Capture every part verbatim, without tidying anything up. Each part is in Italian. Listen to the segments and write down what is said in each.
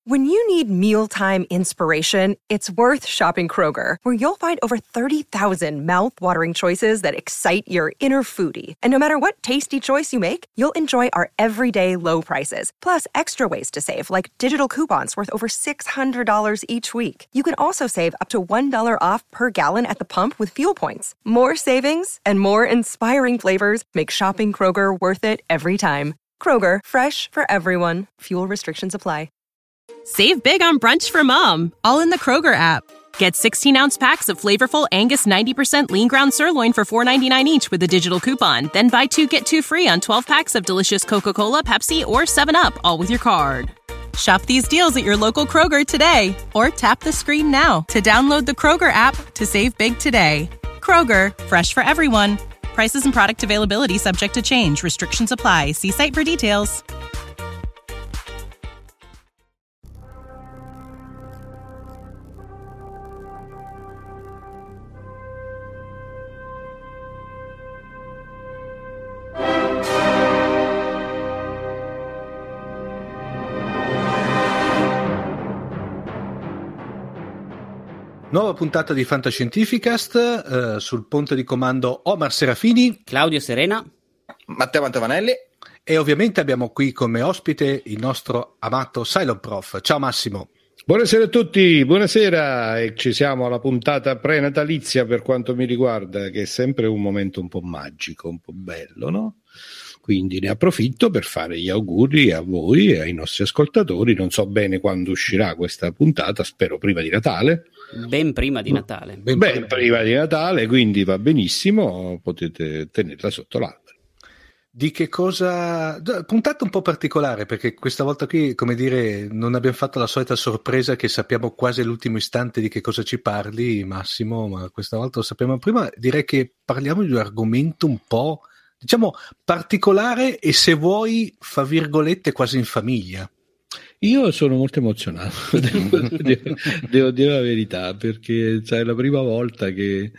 When you need mealtime inspiration, it's worth shopping Kroger, where you'll find over thirty thousand mouth-watering choices that excite your inner foodie. And no matter what tasty choice you make, you'll enjoy our everyday low prices, plus extra ways to save, like digital coupons worth over six hundred dollars each week. You can also save up to one dollar off per gallon at the pump with fuel points. More savings and more inspiring flavors make shopping Kroger worth it every time. Kroger, fresh for everyone. Fuel restrictions apply. Save big on brunch for mom, all in the Kroger app. Get sixteen-ounce packs of flavorful Angus ninety percent lean ground sirloin for four ninety-nine each with a digital coupon. Then buy two, get two free on twelve packs of delicious Coca-Cola, Pepsi, or seven up, all with your card. Shop these deals at your local Kroger today, or tap the screen now to download the Kroger app to save big today. Kroger, fresh for everyone. Prices and product availability subject to change. Restrictions apply. See site for details. Nuova puntata di Fantascientificast, eh, sul ponte di comando Omar Serafini, Claudio Serena, Matteo Mantavanelli e ovviamente abbiamo qui come ospite il nostro amato Cylon Prof. Ciao Massimo. Buonasera a tutti, buonasera, e ci siamo alla puntata prenatalizia per quanto mi riguarda, che è sempre un momento un po' magico, un po' bello, no? Quindi ne approfitto per fare gli auguri a voi e ai nostri ascoltatori. Non so bene quando uscirà questa puntata, spero prima di Natale. Ben prima di Natale. Ben, ben prima di Natale, quindi va benissimo, potete tenerla sotto l'albero. Di che cosa... Puntata un po' particolare, perché questa volta qui, come dire, non abbiamo fatto la solita sorpresa che sappiamo quasi all'ultimo istante di che cosa ci parli, Massimo, ma questa volta lo sappiamo prima. Direi che parliamo di un argomento un po', diciamo, particolare e, se vuoi, fra virgolette, quasi in famiglia. Io sono molto emozionato, devo, devo, devo dire la verità, perché sai, è la prima volta che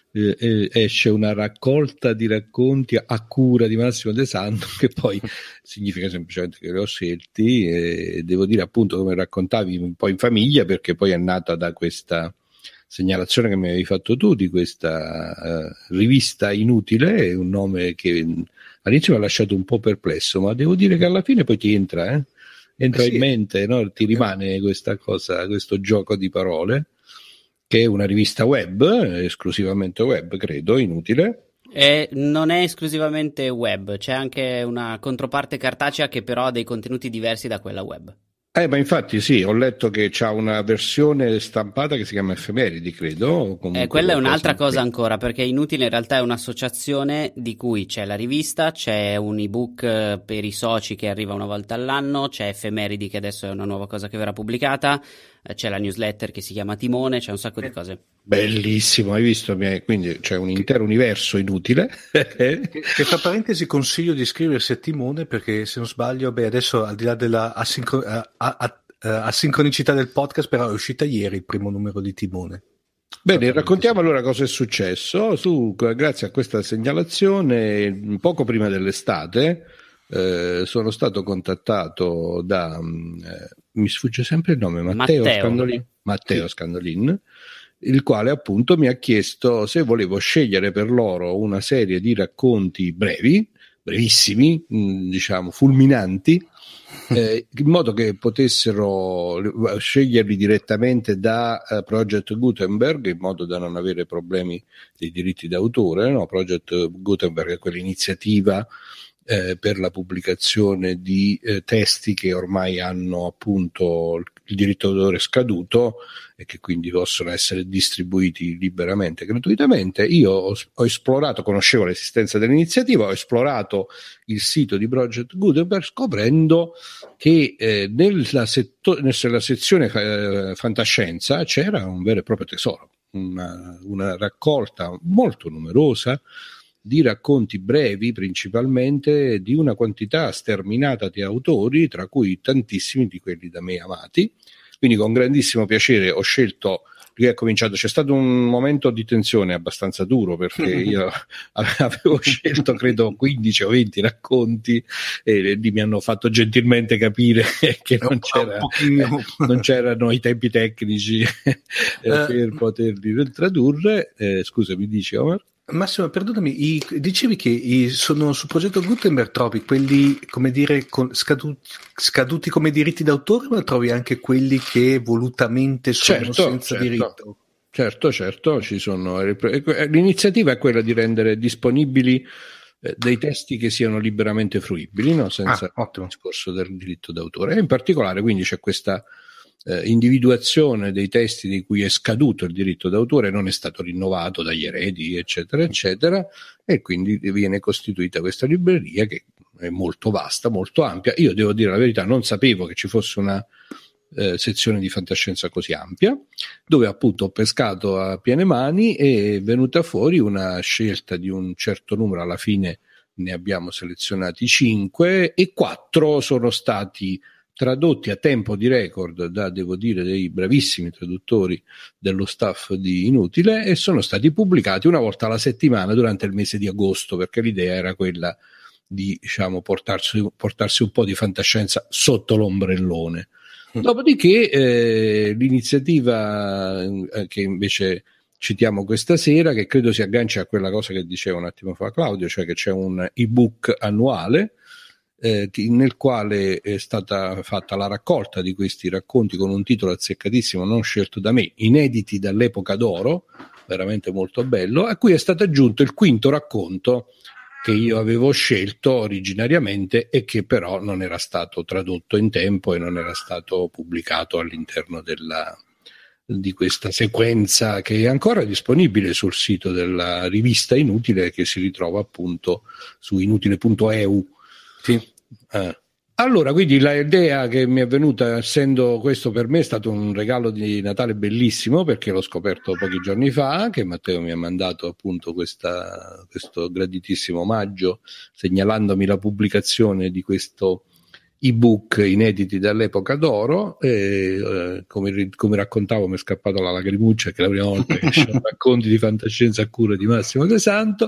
eh, esce una raccolta di racconti a cura di Massimo De Santo, che poi significa semplicemente che li ho scelti, e devo dire, appunto, come raccontavi, un po' in famiglia, perché poi è nata da questa segnalazione che mi avevi fatto tu di questa uh, rivista inutile, un nome che all'inizio mi ha lasciato un po' perplesso, ma devo dire che alla fine poi ti entra, eh? entra eh sì. in mente, no? Ti rimane questa cosa, questo gioco di parole, che è una rivista web, esclusivamente web, credo, inutile. E non è esclusivamente web, c'è anche una controparte cartacea che però ha dei contenuti diversi da quella web. Eh, ma infatti sì, ho letto che c'ha una versione stampata che si chiama Effemeridi, credo. Eh, quella è un'altra cosa ancora, perché Inutile in realtà è un'associazione di cui c'è la rivista, c'è un ebook per i soci che arriva una volta all'anno, c'è Effemeridi che adesso è una nuova cosa che verrà pubblicata, c'è la newsletter che si chiama Timone, c'è un sacco di cose. Bellissimo, hai visto? Quindi c'è un intero universo inutile. che, che fra parentesi consiglio di iscriversi a Timone, perché se non sbaglio, beh, adesso al di là della asincro- a, a, a, asincronicità del podcast, però è uscita ieri il primo numero di Timone. Bene, raccontiamo allora cosa è successo. Su, grazie a questa segnalazione, poco prima dell'estate, eh, sono stato contattato da eh, mi sfugge sempre il nome, Matteo, Matteo. Scandolin, Matteo Scandolin, il quale appunto mi ha chiesto se volevo scegliere per loro una serie di racconti brevi, brevissimi, mh, diciamo fulminanti, eh, in modo che potessero sceglierli direttamente da uh, Project Gutenberg, in modo da non avere problemi dei diritti d'autore, no? Project Gutenberg è quell'iniziativa Eh, per la pubblicazione di eh, testi che ormai hanno appunto il diritto d'autore scaduto e che quindi possono essere distribuiti liberamente, gratuitamente. Io ho, ho esplorato, conoscevo l'esistenza dell'iniziativa, ho esplorato il sito di Project Gutenberg scoprendo che eh, nella, setto- nella sezione eh, fantascienza c'era un vero e proprio tesoro, una, una raccolta molto numerosa di racconti brevi, principalmente di una quantità sterminata di autori, tra cui tantissimi di quelli da me amati. Quindi con grandissimo piacere ho scelto che è cominciato. C'è stato un momento di tensione abbastanza duro, perché io avevo scelto credo quindici o venti racconti e lì mi hanno fatto gentilmente capire che non, c'era, non c'erano i tempi tecnici per poterli tradurre. Eh, scusa, mi dici, Omar? Massimo, perdonami, i, dicevi che i, sono sul progetto Gutenberg, trovi quelli, come dire, con, scaduti, scaduti come diritti d'autore, ma trovi anche quelli che volutamente sono certo, senza certo. diritto? Certo, certo, ci sono. L'iniziativa è quella di rendere disponibili eh, dei testi che siano liberamente fruibili, no? Senza ah, il discorso del diritto d'autore. E in particolare quindi c'è questa Eh, individuazione dei testi di cui è scaduto il diritto d'autore, non è stato rinnovato dagli eredi, eccetera, eccetera, e quindi viene costituita questa libreria che è molto vasta, molto ampia. Io devo dire la verità, non sapevo che ci fosse una eh, sezione di fantascienza così ampia, dove appunto ho pescato a piene mani e è venuta fuori una scelta di un certo numero. Alla fine ne abbiamo selezionati cinque e quattro sono stati tradotti a tempo di record da, devo dire, dei bravissimi traduttori dello staff di Inutile, e sono stati pubblicati una volta alla settimana durante il mese di agosto, perché l'idea era quella di, diciamo, portarsi, portarsi un po' di fantascienza sotto l'ombrellone. Mm. Dopodiché eh, l'iniziativa eh, che invece citiamo questa sera, che credo si aggancia a quella cosa che diceva un attimo fa Claudio, cioè che c'è un ebook annuale Eh, nel quale è stata fatta la raccolta di questi racconti con un titolo azzeccatissimo non scelto da me, inediti dall'epoca d'oro, veramente molto bello, a cui è stato aggiunto il quinto racconto che io avevo scelto originariamente e che però non era stato tradotto in tempo e non era stato pubblicato all'interno della, di questa sequenza, che è ancora disponibile sul sito della rivista Inutile, che si ritrova appunto su inutile punto e u. Sì. Eh. Allora, quindi l'idea che mi è venuta, essendo questo per me è stato un regalo di Natale bellissimo, perché l'ho scoperto pochi giorni fa, che Matteo mi ha mandato appunto questa, questo graditissimo omaggio, segnalandomi la pubblicazione di questo ebook inediti dall'epoca d'oro, e eh, come, come raccontavo mi è scappata la lacrimuccia, che è la prima volta che c'è racconti di fantascienza a cura di Massimo De Santo,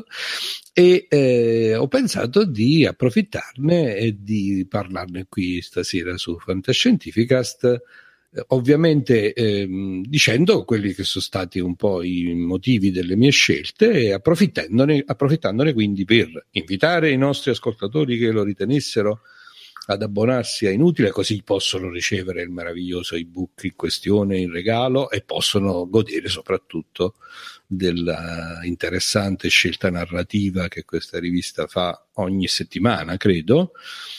e eh, ho pensato di approfittarne e di parlarne qui stasera su Fantascientificast, eh, ovviamente ehm, dicendo quelli che sono stati un po' i motivi delle mie scelte, e approfittandone, approfittandone quindi per invitare i nostri ascoltatori che lo ritenessero ad abbonarsi a Inutile, così possono ricevere il meraviglioso ebook in questione in regalo e possono godere soprattutto della interessante scelta narrativa che questa rivista fa ogni settimana, credo,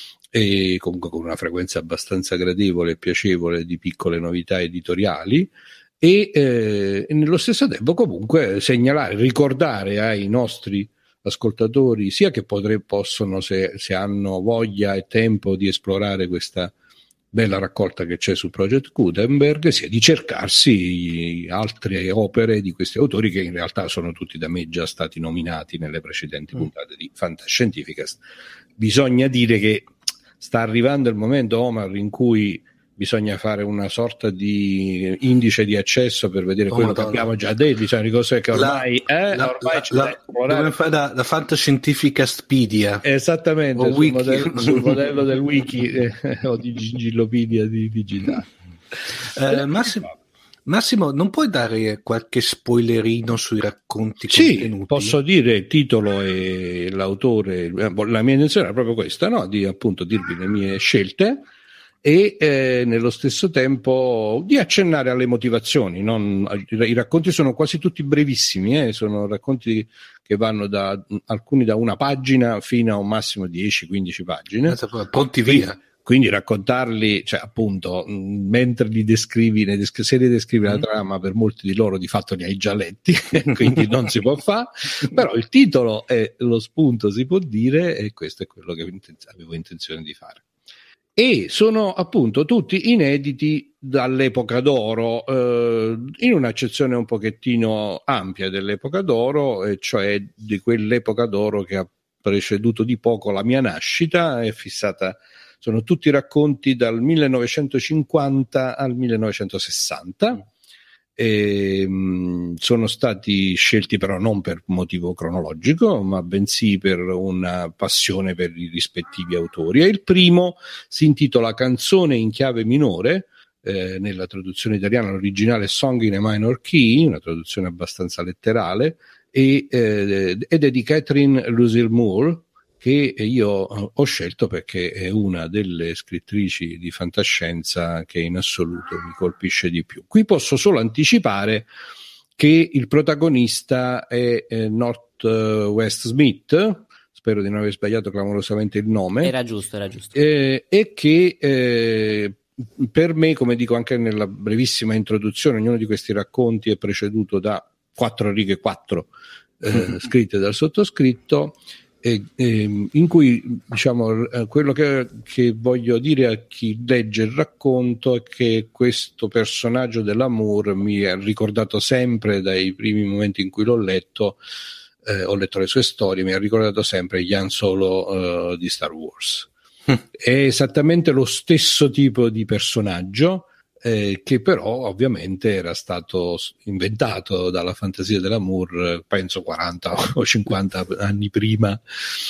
e comunque con una frequenza abbastanza gradevole e piacevole di piccole novità editoriali. E eh, nello stesso tempo comunque segnalare, ricordare ai nostri ascoltatori sia che potre, possono, se, se hanno voglia e tempo di esplorare questa bella raccolta che c'è su Project Gutenberg, sia di cercarsi altre opere di questi autori, che in realtà sono tutti da me già stati nominati nelle precedenti mm. puntate di Fantascientificast. Bisogna dire che sta arrivando il momento, Omar, in cui bisogna fare una sorta di indice di accesso per vedere oh, quello Madonna. Che abbiamo già detto, cioè cose che ormai, la, eh, la, ormai la, la, dobbiamo fare da, da Fantascientificastpedia, esattamente, sul, wiki. Modello, sul modello del wiki eh, o di Gigillopedia di digitale. eh, Massimo, Massimo, non puoi dare qualche spoilerino sui racconti sì, contenuti? Posso dire il titolo e l'autore. La mia intenzione era proprio questa, no? Di appunto dirvi le mie scelte e eh, nello stesso tempo di accennare alle motivazioni. Non, i racconti sono quasi tutti brevissimi, eh, sono racconti che vanno da alcuni da una pagina fino a un massimo dieci quindici pagine, pronti via. Quindi raccontarli, cioè appunto, mentre li descrivi, ne desc- se ne descrivi la trama, per molti di loro di fatto li hai già letti, quindi non si può fare, però il titolo e lo spunto si può dire, e questo è quello che avevo intenzione di fare. E sono appunto tutti inediti dall'epoca d'oro, eh, in un'accezione un pochettino ampia dell'epoca d'oro, e cioè di quell'epoca d'oro che ha preceduto di poco la mia nascita, è fissata. Sono tutti racconti dal millenovecentocinquanta al millenovecentosessanta, E, mh, sono stati scelti però non per motivo cronologico, ma bensì per una passione per i rispettivi autori. E il primo si intitola Canzone in chiave minore, eh, nella traduzione italiana l'originale Song in a Minor Key, una traduzione abbastanza letterale, e, eh, ed è di Catherine Lucille Moore, che io ho scelto perché è una delle scrittrici di fantascienza che in assoluto mi colpisce di più. Qui posso solo anticipare che il protagonista è eh, North West Smith, spero di non aver sbagliato clamorosamente il nome. Era giusto, era giusto. Eh, e che eh, per me, come dico anche nella brevissima introduzione, ognuno di questi racconti è preceduto da quattro righe, quattro eh, scritte dal sottoscritto, E, e, in cui diciamo eh, quello che, che voglio dire a chi legge il racconto è che questo personaggio dell'Amour mi ha ricordato sempre dai primi momenti in cui l'ho letto, eh, ho letto le sue storie, mi ha ricordato sempre gli Han Solo uh, di Star Wars. È esattamente lo stesso tipo di personaggio, Eh, che però ovviamente era stato inventato dalla fantasia dell'Amour, penso quaranta o cinquanta anni prima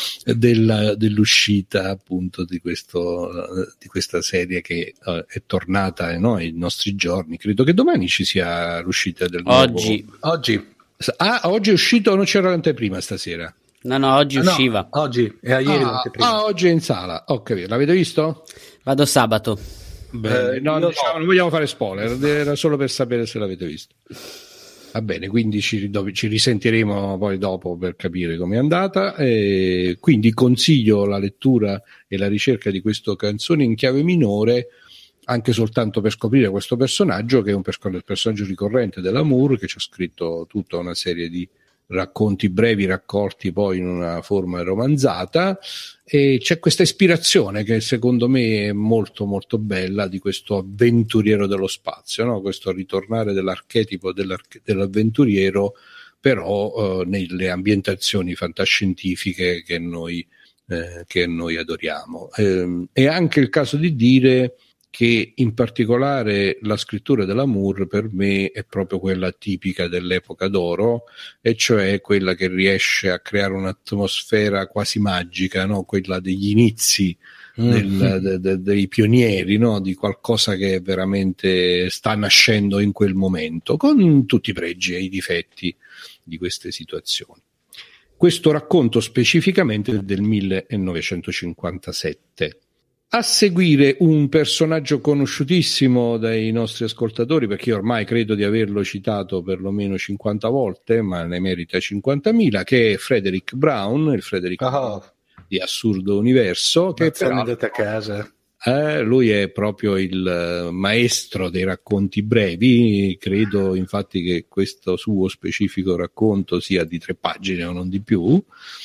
della, dell'uscita appunto di, questo, di questa serie che uh, è tornata eh, no, ai nostri giorni. Credo che domani ci sia l'uscita del oggi. nuovo... Oggi. Ah, oggi è uscito o non c'era l'anteprima stasera? No, no, oggi ah, usciva. No, oggi, era ieri ah, l'anteprima. Ah, oggi è in sala. Ok, l'avete visto? Vado sabato. Beh, eh, no, no. diciamo, non vogliamo fare spoiler, era solo per sapere se l'avete visto. Va bene, quindi ci, ci risentiremo poi dopo per capire com'è andata. E quindi consiglio la lettura e la ricerca di questo Canzone in chiave minore, anche soltanto per scoprire questo personaggio, che è un personaggio ricorrente dell'Amour, che ci ha scritto tutta una serie di racconti brevi raccolti poi in una forma romanzata, e c'è questa ispirazione che secondo me è molto molto bella di questo avventuriero dello spazio, no? Questo ritornare dell'archetipo dell'arch- dell'avventuriero però eh, nelle ambientazioni fantascientifiche che noi, eh, che noi adoriamo. Eh, è anche il caso di dire che in particolare la scrittura dell'Amour per me è proprio quella tipica dell'epoca d'oro, e cioè quella che riesce a creare un'atmosfera quasi magica, no? Quella degli inizi, mm-hmm. del, de, de, dei pionieri, no? Di qualcosa che veramente sta nascendo in quel momento, con tutti i pregi e i difetti di queste situazioni. Questo racconto specificamente è del millenovecentocinquantasette. A seguire un personaggio conosciutissimo dai nostri ascoltatori, perché io ormai credo di averlo citato perlomeno cinquanta volte, ma ne merita cinquantamila, che è Frederick Brown, il Frederick oh. Brown di Assurdo Universo, che sono andate a casa. Eh, lui è proprio il maestro dei racconti brevi, credo infatti che questo suo specifico racconto sia di tre pagine o non di più.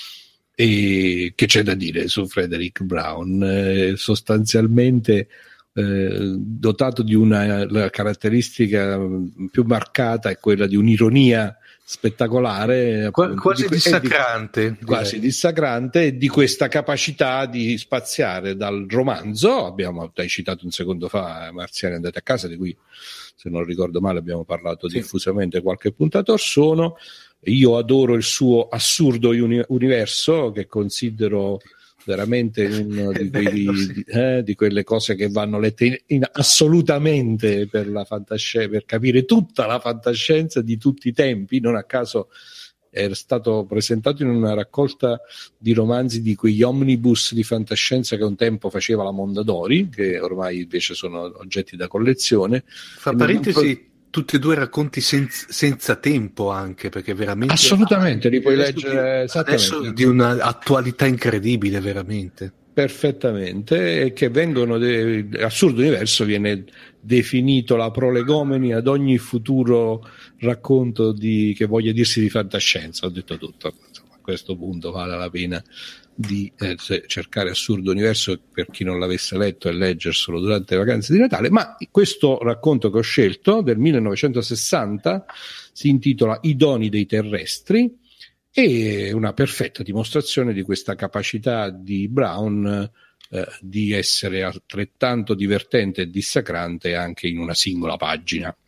E che c'è da dire su Frederick Brown? Eh, sostanzialmente eh, dotato di una la caratteristica più marcata è quella di un'ironia spettacolare, Qu- quasi di, dissacrante, di, quasi dissacrante, e di questa capacità di spaziare dal romanzo. Abbiamo hai citato un secondo fa Marziani andate a casa, di cui se non ricordo male abbiamo parlato sì. diffusamente qualche puntata or sono. Io adoro il suo Assurdo uni- Universo, che considero veramente uno di, quelli, bello, sì. di, eh, di quelle cose che vanno lette in, in assolutamente per la fantascienza, per capire tutta la fantascienza di tutti i tempi. Non a caso è stato presentato in una raccolta di romanzi di quegli omnibus di fantascienza che un tempo faceva la Mondadori, che ormai invece sono oggetti da collezione. Fra parentesi, tutti e due racconti senza, senza tempo, anche perché veramente assolutamente li puoi leggere di, adesso di un'attualità incredibile, veramente perfettamente, e che vengono de, Assurdo Universo viene definito la prolegomeni ad ogni futuro racconto di, che voglia dirsi di fantascienza. Ho detto tutto, insomma, a questo punto vale la pena di eh, cercare Assurdo Universo per chi non l'avesse letto e leggerselo durante le vacanze di Natale. Ma questo racconto che ho scelto del millenovecentosessanta si intitola I doni dei terrestri, e è una perfetta dimostrazione di questa capacità di Brown eh, di essere altrettanto divertente e dissacrante anche in una singola pagina.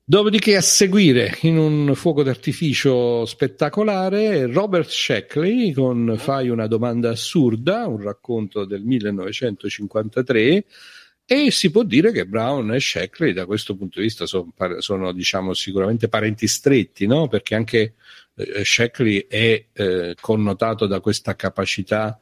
Dopodiché a seguire, in un fuoco d'artificio spettacolare, Robert Sheckley con Fai una domanda assurda, un racconto del millenovecentocinquantatré, e si può dire che Brown e Sheckley da questo punto di vista sono, sono diciamo sicuramente parenti stretti, no? Perché anche eh, Sheckley è eh, connotato da questa capacità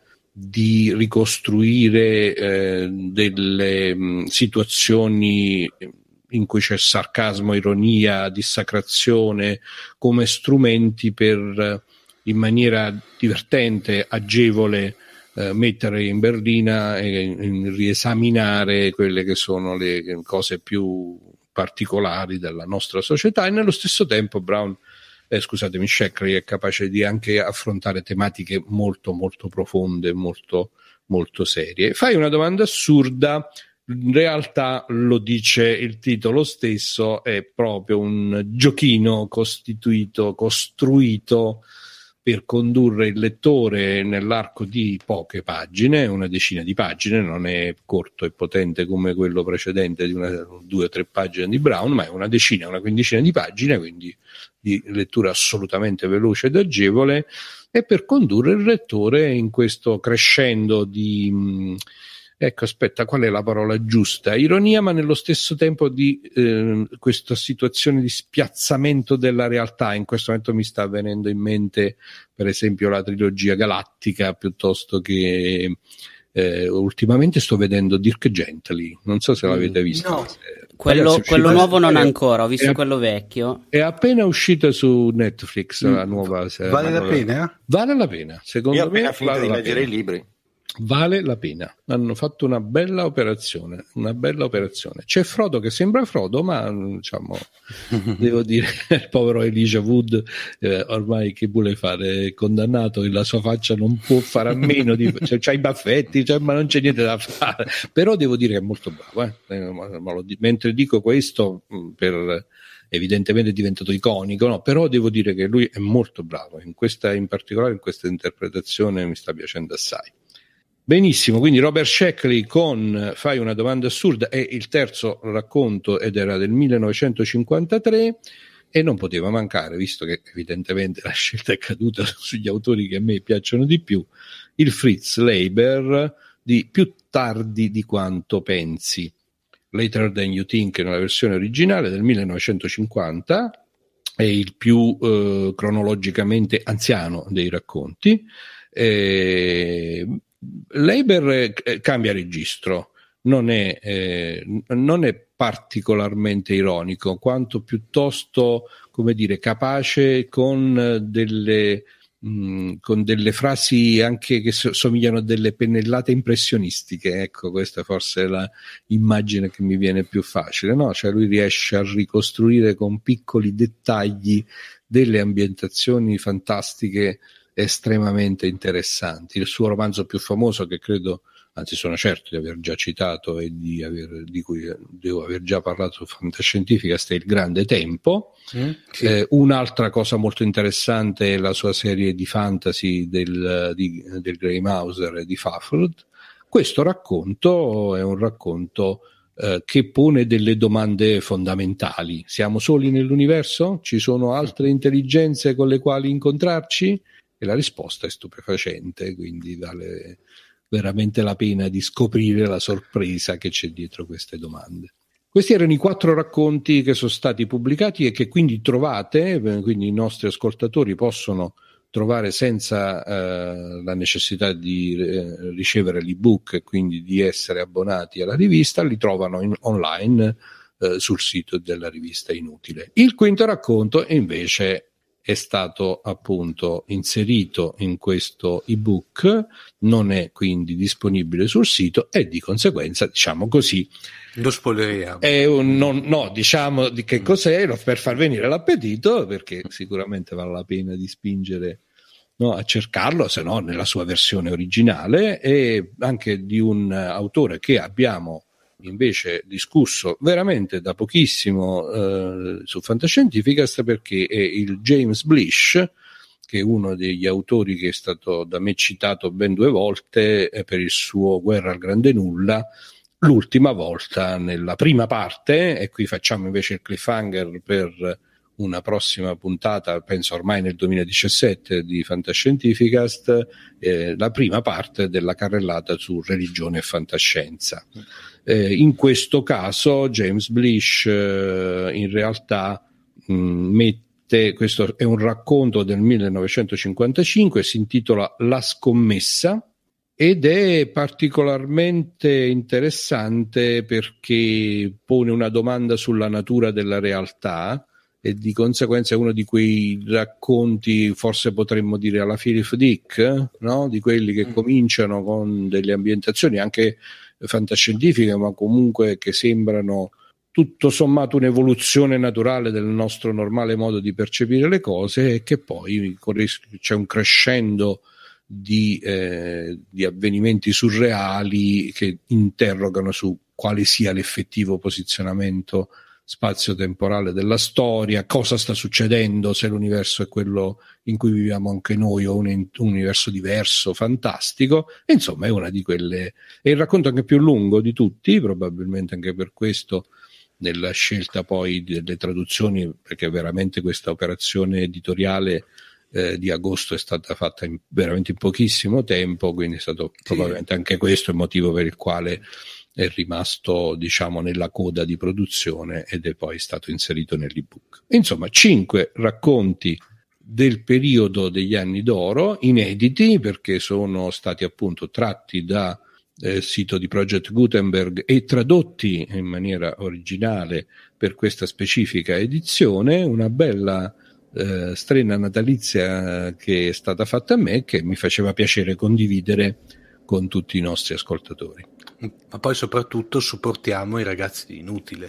di ricostruire eh, delle mh, situazioni in cui c'è sarcasmo, ironia, dissacrazione come strumenti per, in maniera divertente, agevole, eh, mettere in berlina e in riesaminare quelle che sono le cose più particolari della nostra società. E nello stesso tempo Brown, eh, scusatemi, Sheckley è capace di anche affrontare tematiche molto molto profonde, molto molto serie. Fai una domanda assurda. In realtà, lo dice il titolo stesso, è proprio un giochino costituito, costruito per condurre il lettore nell'arco di poche pagine, una decina di pagine, non è corto e potente come quello precedente di una, due o tre pagine di Brown, ma è una decina, una quindicina di pagine, quindi di lettura assolutamente veloce ed agevole, e per condurre il lettore in questo crescendo di... Mh, ecco, aspetta, qual è la parola giusta? Ironia, ma nello stesso tempo di eh, questa situazione di spiazzamento della realtà. In questo momento mi sta venendo in mente, per esempio, la trilogia galattica, piuttosto che eh, ultimamente sto vedendo Dirk Gently. Non so se l'avete visto. No. Quello, Ragazzi, quello nuovo non ancora, ho visto è, quello vecchio. È appena uscita su Netflix mm. la nuova serie. Vale la, la pena? Vale la pena, secondo Io me. Io ho appena finito vale di leggere pena. i libri. Vale la pena, hanno fatto una bella operazione, una bella operazione. C'è Frodo che sembra Frodo, ma diciamo, devo dire, il povero Elijah Wood, eh, ormai che vuole fare, è condannato, e la sua faccia non può fare a meno di, cioè, c'ha i baffetti, cioè, ma non c'è niente da fare. Però devo dire che è molto bravo, eh. Ma, ma lo, mentre dico questo, per evidentemente è diventato iconico, no? Però devo dire che lui è molto bravo, in questa, in particolare in questa interpretazione mi sta piacendo assai. Benissimo, quindi Robert Sheckley con Fai una domanda assurda è il terzo racconto ed era del millenovecentocinquantatré, e non poteva mancare, visto che evidentemente la scelta è caduta sugli autori che a me piacciono di più, il Fritz Leiber di Più tardi di quanto pensi, Later Than You Think nella versione originale del millenovecentocinquanta, è il più eh, cronologicamente anziano dei racconti. eh, Leiber cambia registro, non è, eh, non è particolarmente ironico, quanto piuttosto, come dire, capace con delle, mh, con delle frasi anche che somigliano a delle pennellate impressionistiche. Ecco, questa forse è la immagine che mi viene più facile, no? Cioè lui riesce a ricostruire con piccoli dettagli delle ambientazioni fantastiche estremamente interessanti. Il suo romanzo più famoso, che credo, anzi sono certo di aver già citato e di, aver, di cui devo aver già parlato su Fantascientificast, è Il Grande Tempo. Mm, sì. eh, un'altra cosa molto interessante è la sua serie di fantasy del, di, del Grey Mouser e di Fafhrd. Questo racconto è un racconto eh, che pone delle domande fondamentali. Siamo soli nell'universo? Ci sono altre intelligenze con le quali incontrarci? E la risposta è stupefacente, quindi vale veramente la pena di scoprire la sorpresa che c'è dietro queste domande. Questi erano i quattro racconti che sono stati pubblicati e che quindi trovate, quindi i nostri ascoltatori possono trovare senza eh, la necessità di eh, ricevere l'ebook e quindi di essere abbonati alla rivista, li trovano in, online eh, sul sito della rivista Inutile. Il quinto racconto invece è stato appunto inserito in questo ebook, non è quindi disponibile sul sito e di conseguenza, diciamo così, lo spoileriamo. È un, non, no, diciamo di che cos'è, per far venire l'appetito, perché sicuramente vale la pena di spingere, no, a cercarlo, se no nella sua versione originale, e anche di un autore che abbiamo invece discusso veramente da pochissimo eh, su Fantascientificast, perché è il James Blish, che è uno degli autori che è stato da me citato ben due volte eh, per il suo Guerra al Grande Nulla, l'ultima volta nella prima parte, e qui facciamo invece il cliffhanger per una prossima puntata, penso ormai nel duemiladiciassette, di Fantascientificast, eh, la prima parte della carrellata su religione e fantascienza. Eh, in questo caso James Blish eh, in realtà mh, mette, questo è un racconto del millenovecentocinquantacinque, si intitola La scommessa, ed è particolarmente interessante perché pone una domanda sulla natura della realtà, e di conseguenza è uno di quei racconti, forse potremmo dire alla Philip Dick, no? Di quelli che mm. cominciano con delle ambientazioni anche fantascientifiche, ma comunque che sembrano tutto sommato un'evoluzione naturale del nostro normale modo di percepire le cose, e che poi c'è un crescendo di, eh, di avvenimenti surreali che interrogano su quale sia l'effettivo posizionamento spazio-temporale della storia, cosa sta succedendo, se l'universo è quello in cui viviamo anche noi o un, un universo diverso, fantastico. E insomma è una di quelle, è il racconto anche più lungo di tutti, probabilmente anche per questo nella scelta poi delle traduzioni, perché veramente questa operazione editoriale eh, di agosto è stata fatta in, veramente in pochissimo tempo, quindi è stato sì. probabilmente anche questo il motivo per il quale è rimasto, diciamo, nella coda di produzione ed è poi stato inserito nell'ebook. Insomma, cinque racconti del periodo degli anni d'oro, inediti perché sono stati appunto tratti da eh, sito di Project Gutenberg e tradotti in maniera originale per questa specifica edizione. Una bella eh, strenna natalizia che è stata fatta a me, che mi faceva piacere condividere con tutti i nostri ascoltatori. Ma poi soprattutto supportiamo i ragazzi di Inutile.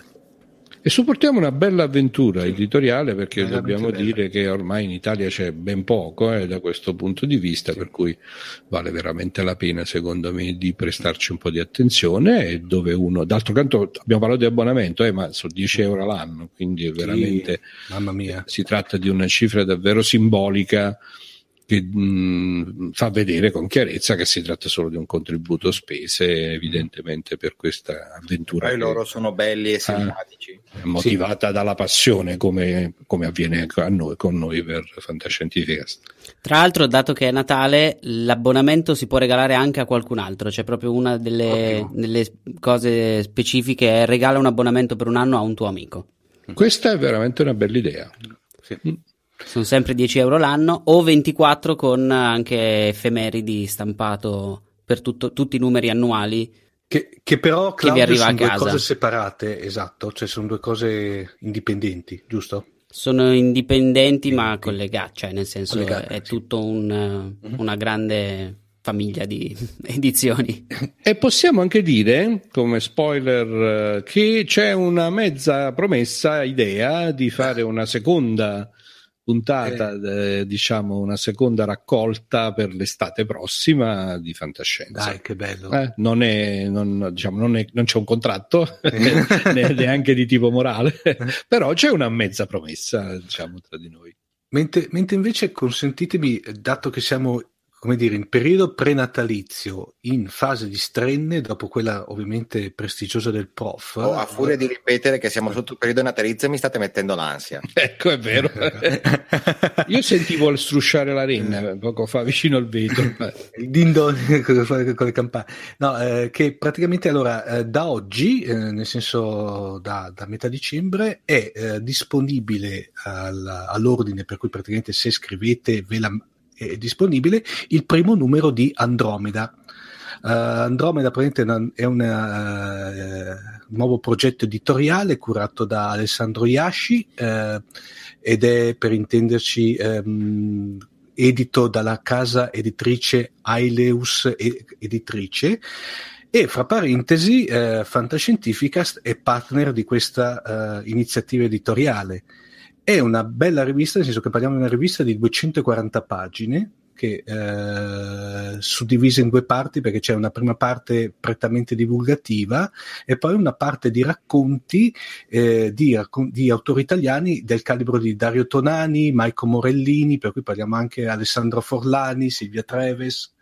E supportiamo una bella avventura sì. editoriale, perché veramente dobbiamo bella. dire che ormai in Italia c'è ben poco eh, da questo punto di vista, sì. per cui vale veramente la pena, secondo me, di prestarci un po' di attenzione, e dove uno, d'altro canto abbiamo parlato di abbonamento, eh, ma sono dieci euro l'anno, quindi è veramente sì. mamma mia. Si tratta di una cifra davvero simbolica, che mh, fa vedere con chiarezza che si tratta solo di un contributo spese, evidentemente, per questa avventura. Poi loro sono belli e simpatici. È motivata sì. dalla passione, come, come avviene a noi, con noi per Fantascientificast. Tra l'altro, dato che è Natale, l'abbonamento si può regalare anche a qualcun altro. C'è proprio una delle, delle cose specifiche, è regala un abbonamento per un anno a un tuo amico. Questa è veramente una bella idea. Sì. Mm. Sono sempre dieci euro l'anno, o ventiquattro con anche effemeridi stampato per tutto, tutti i numeri annuali. Che, che però, Claudio, che vi arriva sono a due casa. cose separate, esatto, cioè sono due cose indipendenti, giusto? Sono indipendenti sì, ma sì. collegati, cioè nel senso collegati, è sì. tutto un, mm-hmm. una grande famiglia di edizioni. E possiamo anche dire, come spoiler, che c'è una mezza promessa, idea di fare una seconda puntata, eh. eh, diciamo una seconda raccolta per l'estate prossima di Fantascienza. Dai, che bello. Eh, non è, non, diciamo, non è, non c'è un contratto neanche di tipo morale, però c'è una mezza promessa, diciamo, tra di noi. Mentre, mentre invece consentitemi, dato che siamo, come dire, in periodo prenatalizio, in fase di strenne, dopo quella ovviamente prestigiosa del prof. Oh, a furia di ripetere che siamo sotto il periodo natalizio, mi state mettendo l'ansia. Ecco, è vero. Io sentivo il strusciare la renna poco fa vicino al vetro. Il dindo con le campane. No, eh, che praticamente allora eh, da oggi, eh, nel senso da, da metà dicembre, è eh, disponibile al, all'ordine, per cui praticamente se scrivete ve la è disponibile il primo numero di Andromeda. Uh, Andromeda praticamente è un uh, nuovo progetto editoriale curato da Alessandro Iasci uh, ed è, per intenderci, um, edito dalla casa editrice Aileus Editrice, e fra parentesi uh, Fantascientificast è partner di questa uh, iniziativa editoriale. È una bella rivista, nel senso che parliamo di una rivista di duecentoquaranta pagine, che eh, suddivisa in due parti, perché c'è una prima parte prettamente divulgativa e poi una parte di racconti eh, di, di autori italiani del calibro di Dario Tonani, Maico Morellini, per cui parliamo anche Alessandro Forlani, Silvia Treves,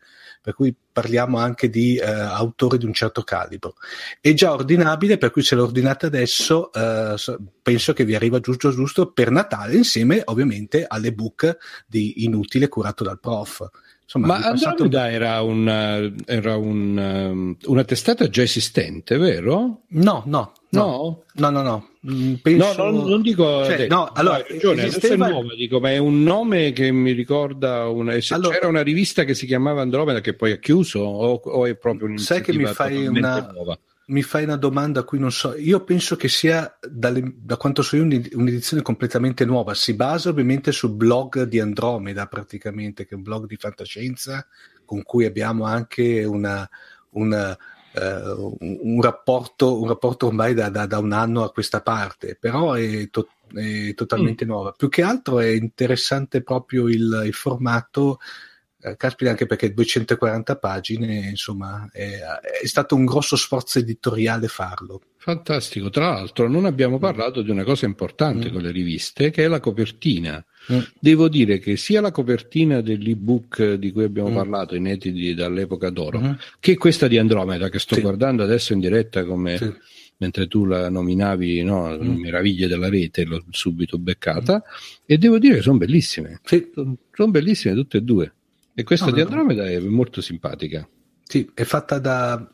per cui parliamo anche di eh, autori di un certo calibro. È già ordinabile, per cui se lo ordinate adesso eh, penso che vi arriva giusto giusto per Natale, insieme ovviamente all'ebook di Inutile curato dal prof. Insomma, ma Andromeda un... era, una, era un, um, una testata già esistente, vero? No, no, no, no, no, no. Penso... no non, non dico cioè, no, allora, no, ragione, esisteva... è nuovo, dico, ma è un nome che mi ricorda una... allora, c'era una rivista che si chiamava Andromeda che poi ha chiuso o, o è proprio un'iniziativa sai che mi fai una nuova? Mi fai una domanda a cui non so, io penso che sia dalle, da quanto so io un'edizione completamente nuova, si basa ovviamente sul blog di Andromeda praticamente, che è un blog di fantascienza con cui abbiamo anche una, una Uh, un, un rapporto un rapporto ormai da, da, da un anno a questa parte, però è, to- è totalmente mm. nuova. Più che altro è interessante proprio il, il formato, eh, caspita, anche perché duecentoquaranta pagine, insomma, è, è stato un grosso sforzo editoriale farlo. Fantastico. Tra l'altro non abbiamo parlato mm. di una cosa importante mm. con le riviste, che è la copertina. Mm. Devo dire che sia la copertina dell'ebook di cui abbiamo mm. parlato, inediti dall'epoca d'oro, mm. che questa di Andromeda, che sto sì. guardando adesso in diretta come sì. mentre tu la nominavi, no, mm. meraviglie della rete, l'ho subito beccata, mm. e devo dire che sono bellissime. Sì. Sono son bellissime tutte e due. E questa no, di Andromeda no. è molto simpatica. Sì, è fatta da...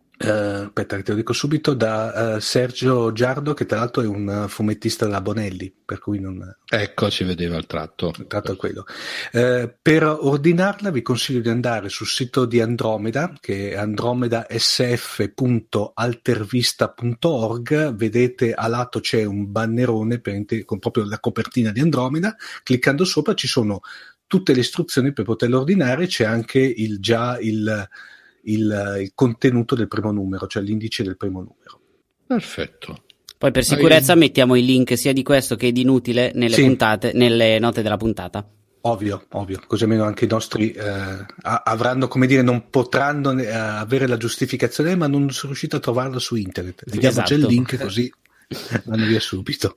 Uh, aspetta, te lo dico subito, da uh, Sergio Giardo, che tra l'altro è un fumettista della Bonelli, per cui non... Ecco, si vedeva il tratto. Il tratto è quello. Uh, per ordinarla vi consiglio di andare sul sito di Andromeda, che è andromeda s f punto altervista punto org. Vedete a lato c'è un bannerone per, con proprio la copertina di Andromeda. Cliccando sopra ci sono tutte le istruzioni per poterlo ordinare, c'è anche il già il... Il, il contenuto del primo numero, cioè l'indice del primo numero. Perfetto. Poi per sicurezza ah, io... mettiamo il link sia di questo che di Inutile nelle sì. puntate, nelle note della puntata. Ovvio, ovvio, così almeno anche i nostri eh, avranno, come dire, non potranno eh, avere la giustificazione, ma non sono riuscito a trovarlo su internet. Vediamo esatto. Già il link, così vanno via subito.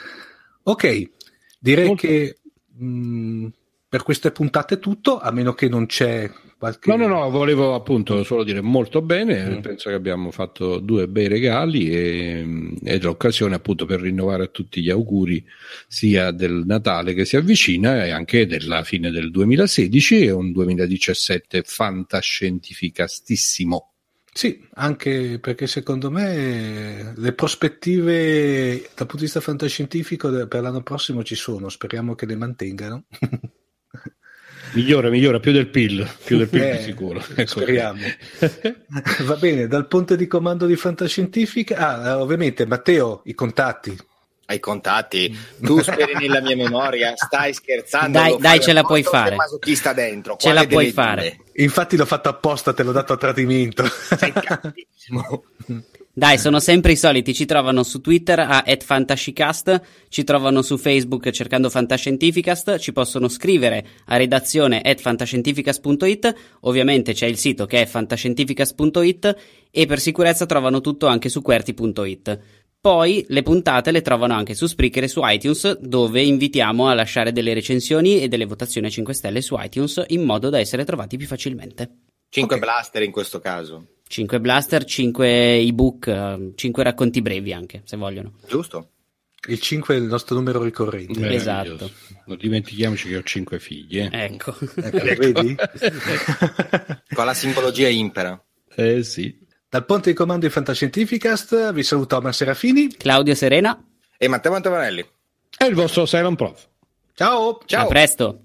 Ok, direi Molto... che mh, per queste puntate è tutto, a meno che non c'è qualche... No, no, no, volevo appunto solo dire molto bene, mm. penso che abbiamo fatto due bei regali e, ed è l'occasione appunto per rinnovare a tutti gli auguri sia del Natale che si avvicina e anche della fine del duemilasedici e un duemiladiciassette fantascientificastissimo. Sì, anche perché secondo me le prospettive dal punto di vista fantascientifico per l'anno prossimo ci sono, speriamo che le mantengano. Migliora, migliora, più del P I L, più del P I L eh, di sicuro. Ecco. Speriamo. Va bene, dal punto di comando di Fantascientifica, ah, ovviamente Matteo, i contatti. Ai contatti, tu speri nella mia memoria, stai scherzando? Dai, dai, ce la puoi fare. Masochista dentro. Ce la puoi fare. Infatti l'ho fatto apposta, te l'ho dato a tradimento. Sei cattivissimo. Dai, sono sempre i soliti, ci trovano su Twitter a at fantascicast, ci trovano su Facebook cercando Fantascientificast, ci possono scrivere a redazione at fantascientificast punto it, ovviamente c'è il sito che è fantascientificast punto it e per sicurezza trovano tutto anche su qwerty punto it. Poi le puntate le trovano anche su Spreaker e su iTunes, dove invitiamo a lasciare delle recensioni e delle votazioni a cinque stelle su iTunes in modo da essere trovati più facilmente. cinque okay. blaster in questo caso. cinque blaster, cinque ebook, cinque racconti brevi anche, se vogliono. Giusto. Il cinque è il nostro numero ricorrente. Esatto. Non dimentichiamoci che ho cinque figli. Eh. Ecco. ecco. Vedi? Con la simbologia impera. Eh sì. Dal ponte di comando di Fantascientificast vi saluto Omar Serafini, Claudio Serena e Matteo Mantavanelli. E il vostro Silent Prof. Ciao. Ciao. A presto.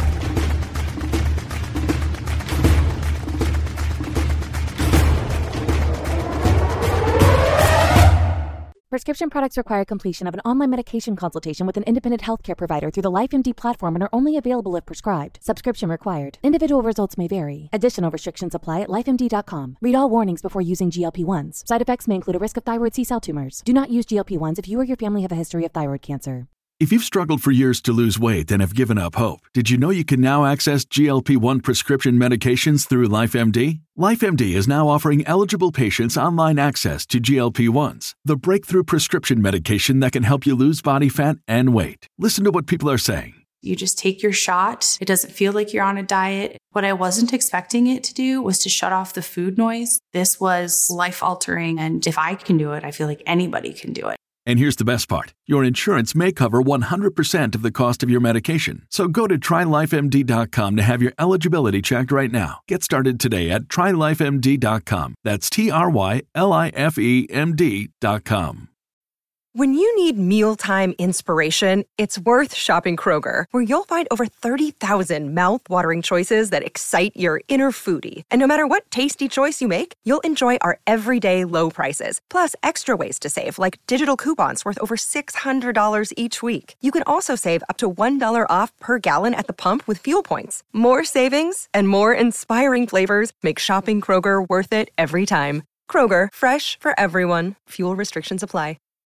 Prescription products require completion of an online medication consultation with an independent healthcare provider through the LifeMD platform and are only available if prescribed. Subscription required. Individual results may vary. Additional restrictions apply at life M D dot com. Read all warnings before using G L P ones. Side effects may include a risk of thyroid C-cell tumors. Do not use G L P ones if you or your family have a history of thyroid cancer. If you've struggled for years to lose weight and have given up hope, did you know you can now access G L P one prescription medications through LifeMD? LifeMD is now offering eligible patients online access to G L P ones, the breakthrough prescription medication that can help you lose body fat and weight. Listen to what people are saying. You just take your shot. It doesn't feel like you're on a diet. What I wasn't expecting it to do was to shut off the food noise. This was life-altering, and if I can do it, I feel like anybody can do it. And here's the best part. Your insurance may cover one hundred percent of the cost of your medication. So go to try life M D dot com to have your eligibility checked right now. Get started today at try life M D dot com. That's T R Y L I F E M D dot com. When you need mealtime inspiration, it's worth shopping Kroger, where you'll find over thirty thousand mouth-watering choices that excite your inner foodie. And no matter what tasty choice you make, you'll enjoy our everyday low prices, plus extra ways to save, like digital coupons worth over six hundred dollars each week. You can also save up to one dollar off per gallon at the pump with fuel points. More savings and more inspiring flavors make shopping Kroger worth it every time. Kroger, fresh for everyone. Fuel restrictions apply.